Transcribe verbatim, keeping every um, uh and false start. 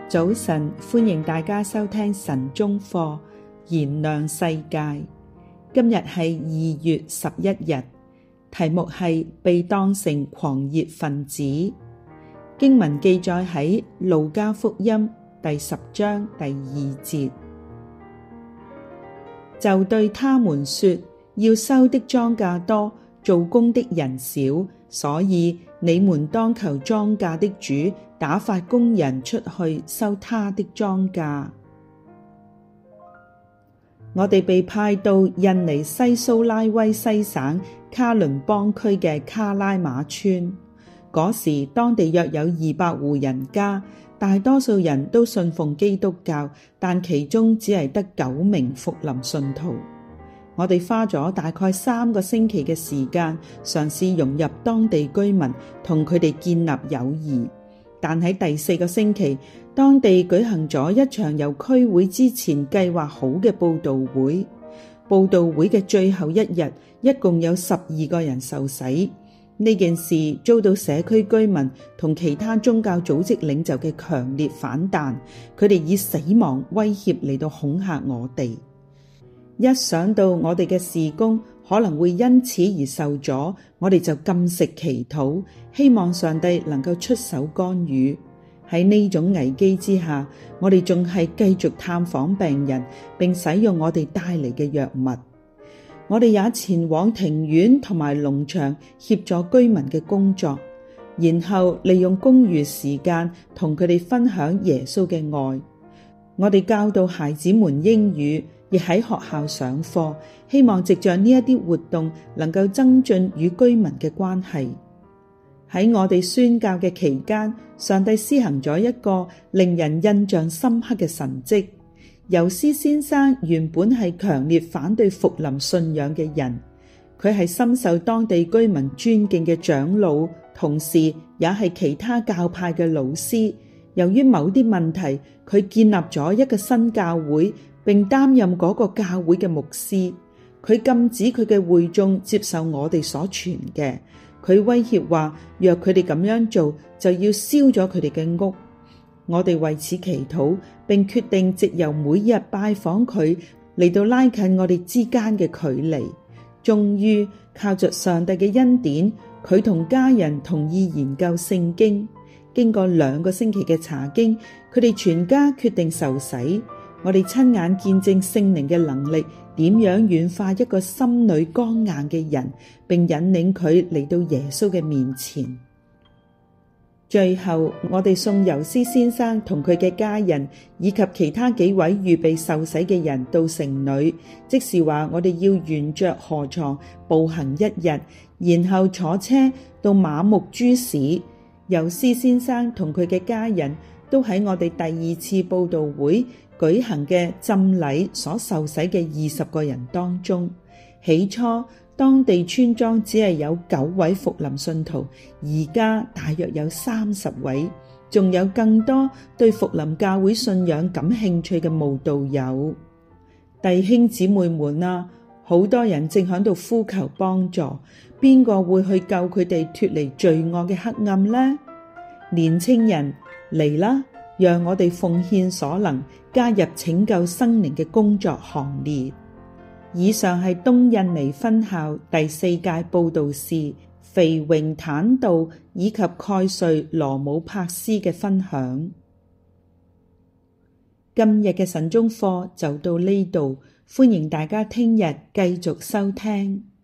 早晨，歡迎大家收聽晨鐘課，燃亮世界。今日係二月十一日，題目係被當成狂熱分子。經文記載喺路加福音第十章第二節，就對他們說：要收的莊稼多，做工的人少，所以你們當求莊稼的主打發工人出去收他的莊稼。我哋被派到印尼西蘇拉威西省卡倫邦區嘅卡拉馬村，嗰時當地約有二百戶人家，大多數人都信奉基督教，但其中只係得九名復臨信徒。我哋花咗大概三個星期嘅時間，嘗試融入當地居民，同佢哋建立友誼。但喺第四個星期，當地舉行咗一場由區會之前計劃好嘅佈道會。佈道會嘅最後一日，一共有十二個人受洗。呢件事遭到社區居民同其他宗教組織領袖嘅強烈反彈，佢哋以死亡威脅嚟到恐嚇我哋。一想到我哋嘅事工可能會因此而受阻，我哋就禁食祈禱，希望上帝能夠出手干預。喺呢種危機之下，我哋仲係繼續探訪病人，並使用我哋帶嚟嘅藥物。我哋也前往庭院同埋農場協助居民嘅工作，然後利用公餘時間同佢哋分享耶穌嘅愛。我哋教導孩子們英語，亦喺學校上課，希望藉着呢一啲活動能夠增進與居民嘅關係。喺我哋宣教嘅期間，上帝施行咗一個令人印象深刻嘅神蹟。尤斯先生原本係強烈反對復臨信仰嘅人，佢係深受當地居民尊敬嘅長老，同時也係其他教派嘅老師。由於某啲問題，佢建立咗一個新教會，並擔任嗰個教會嘅牧師。佢禁止佢嘅會眾接受我哋所傳嘅，佢威脅話，若佢哋咁樣做，就要燒咗佢哋嘅屋。我哋為此祈禱，並決定藉由每日拜訪佢嚟到拉近我哋之間嘅距離。終於靠着上帝嘅恩典，佢同家人同意研究聖經。經過兩個星期嘅查經，佢哋全家決定受洗。我哋親眼見證聖靈嘅能力點樣軟化一個心裏剛硬嘅人，並引領佢嚟到耶穌嘅面前。最後，我哋送尤斯先生同佢嘅家人以及其他幾位預備受洗嘅人到城裏，即是話我哋要沿着河床步行一日，然後坐車到馬木珠市。尤斯先生同佢嘅家人都喺我哋第二次佈道會舉行嘅浸禮所受洗嘅二十個人當中。起初當地村莊只係有九位復臨信徒，而家大約有三十位，仲有更多對復臨教會信仰感興趣嘅慕道友。弟兄姊妹們啊，好多人正喺度呼求幫助，邊個會去救佢哋脫離罪惡嘅黑暗呢？年青人，嚟啦，讓我哋奉獻所能，加入拯救生靈嘅工作行列。以上係東印尼分校第四屆佈道士肥榮坦道以及蓋瑞羅姆柏斯嘅分享。今日嘅晨鐘課就到呢度，歡迎大家聽日繼續收聽。